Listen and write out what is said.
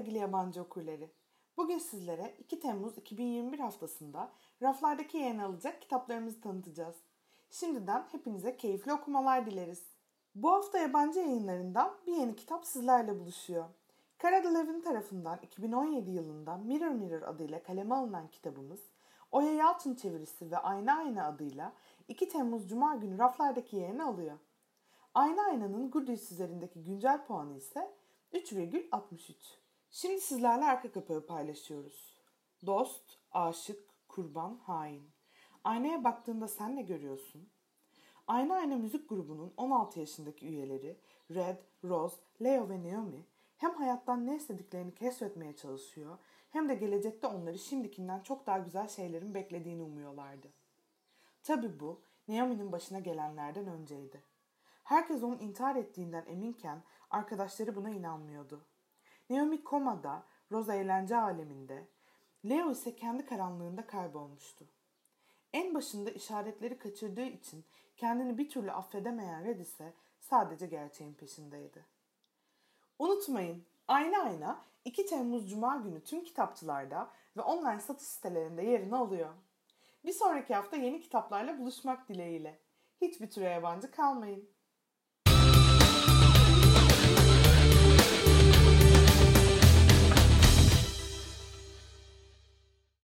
sevgili yabancı okurları. Bugün sizlere 2 Temmuz 2021 haftasında raflardaki yerini alacak kitaplarımızı tanıtacağız. Şimdiden hepinize keyifli okumalar dileriz. Bu hafta yabancı yayınlarından bir yeni kitap sizlerle buluşuyor. Kara Delevingne tarafından 2017 yılında Mirror Mirror adıyla kaleme alınan kitabımız, Oya Yalçın çevirisi ve Ayna Ayna adıyla 2 Temmuz Cuma günü raflardaki yerini alıyor. Ayna Ayna'nın Goodreads üzerindeki güncel puanı ise 3,63. Şimdi sizlerle arka kapağı paylaşıyoruz. Dost, aşık, kurban, hain. Aynaya baktığında sen ne görüyorsun? Ayna Ayna müzik grubunun 16 yaşındaki üyeleri Red, Rose, Leo ve Naomi hem hayattan ne istediklerini keşfetmeye çalışıyor hem de gelecekte onları şimdikinden çok daha güzel şeylerin beklediğini umuyorlardı. Tabii bu Naomi'nin başına gelenlerden önceydi. Herkes onun intihar ettiğinden eminken arkadaşları buna inanmıyordu. Naomi komada, Rose eğlence aleminde, Leo ise kendi karanlığında kaybolmuştu. En başında işaretleri kaçırdığı için kendini bir türlü affedemeyen Red ise sadece gerçeğin peşindeydi. Unutmayın, Ayna Ayna 2 Temmuz Cuma günü tüm kitapçılarda ve online satış sitelerinde yerini alıyor. Bir sonraki hafta yeni kitaplarla buluşmak dileğiyle. Hiçbir türe yabancı kalmayın.